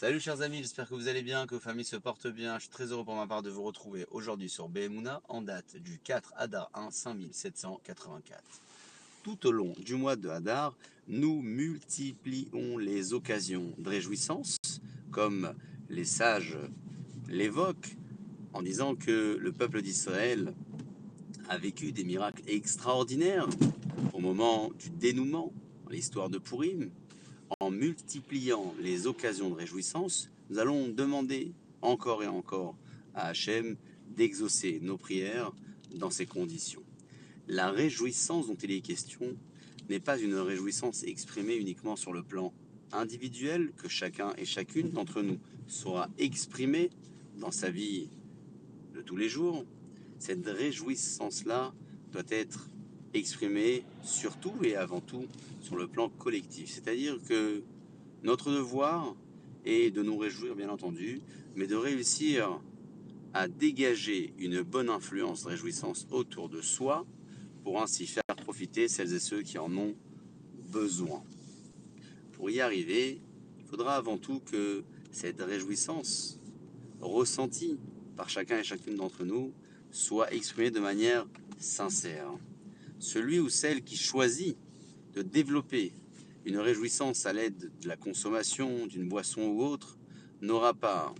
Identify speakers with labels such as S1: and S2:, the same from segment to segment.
S1: Salut chers amis, j'espère que vous allez bien, que vos familles se portent bien. Je suis très heureux pour ma part de vous retrouver aujourd'hui sur Behemouna en date du 4 Hadar 1 5784. Tout au long du mois de Hadar, nous multiplions les occasions de réjouissance, comme les sages l'évoquent en disant que le peuple d'Israël a vécu des miracles extraordinaires au moment du dénouement, l'histoire de Pourim. En multipliant les occasions de réjouissance, nous allons demander encore et encore à Hachem d'exaucer nos prières dans ces conditions. La réjouissance dont il est question n'est pas une réjouissance exprimée uniquement sur le plan individuel que chacun et chacune d'entre nous saura exprimer dans sa vie de tous les jours. Cette réjouissance-là doit être exprimée surtout et avant tout sur le plan collectif. C'est-à-dire que notre devoir est de nous réjouir, bien entendu, mais de réussir à dégager une bonne influence de réjouissance autour de soi pour ainsi faire profiter celles et ceux qui en ont besoin. Pour y arriver, il faudra avant tout que cette réjouissance ressentie par chacun et chacune d'entre nous soit exprimée de manière sincère. Celui ou celle qui choisit de développer une réjouissance à l'aide de la consommation d'une boisson ou autre n'aura pas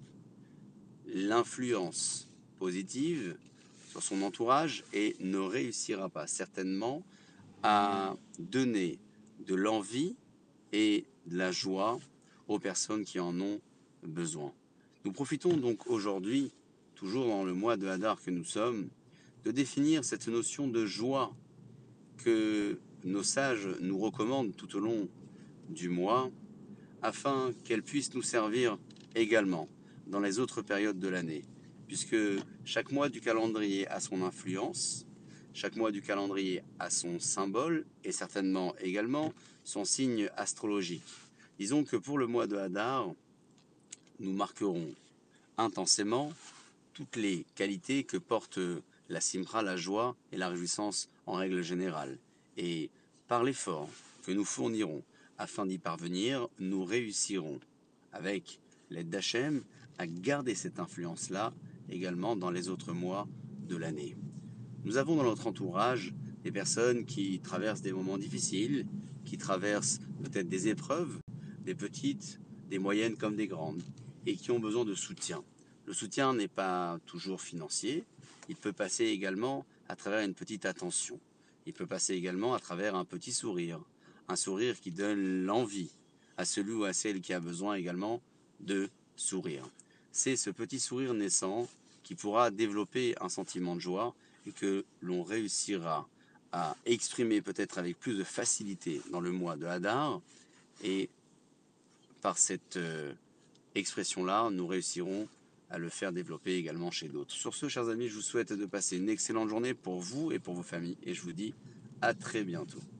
S1: l'influence positive sur son entourage et ne réussira pas certainement à donner de l'envie et de la joie aux personnes qui en ont besoin. Nous profitons donc aujourd'hui, toujours dans le mois de Hadar que nous sommes, de définir cette notion de joie que nos sages nous recommandent tout au long du mois, afin qu'elle puisse nous servir également dans les autres périodes de l'année, puisque chaque mois du calendrier a son influence, chaque mois du calendrier a son symbole et certainement également son signe astrologique. Disons que pour le mois de Hadar, nous marquerons intensément toutes les qualités que porte la simra, la joie et la réjouissance en règle générale. Et par l'effort que nous fournirons afin d'y parvenir, nous réussirons, avec l'aide d'Hachem, à garder cette influence-là également dans les autres mois de l'année. Nous avons dans notre entourage des personnes qui traversent des moments difficiles, qui traversent peut-être des épreuves, des petites, des moyennes comme des grandes, et qui ont besoin de soutien. Le soutien n'est pas toujours financier, il peut passer également à travers une petite attention. Il peut passer également à travers un petit sourire, un sourire qui donne l'envie à celui ou à celle qui a besoin également de sourire. C'est ce petit sourire naissant qui pourra développer un sentiment de joie et que l'on réussira à exprimer peut-être avec plus de facilité dans le mois de Hadar. Et par cette expression-là, nous réussirons à le faire développer également chez d'autres. Sur ce, chers amis, je vous souhaite de passer une excellente journée pour vous et pour vos familles. Et je vous dis à très bientôt.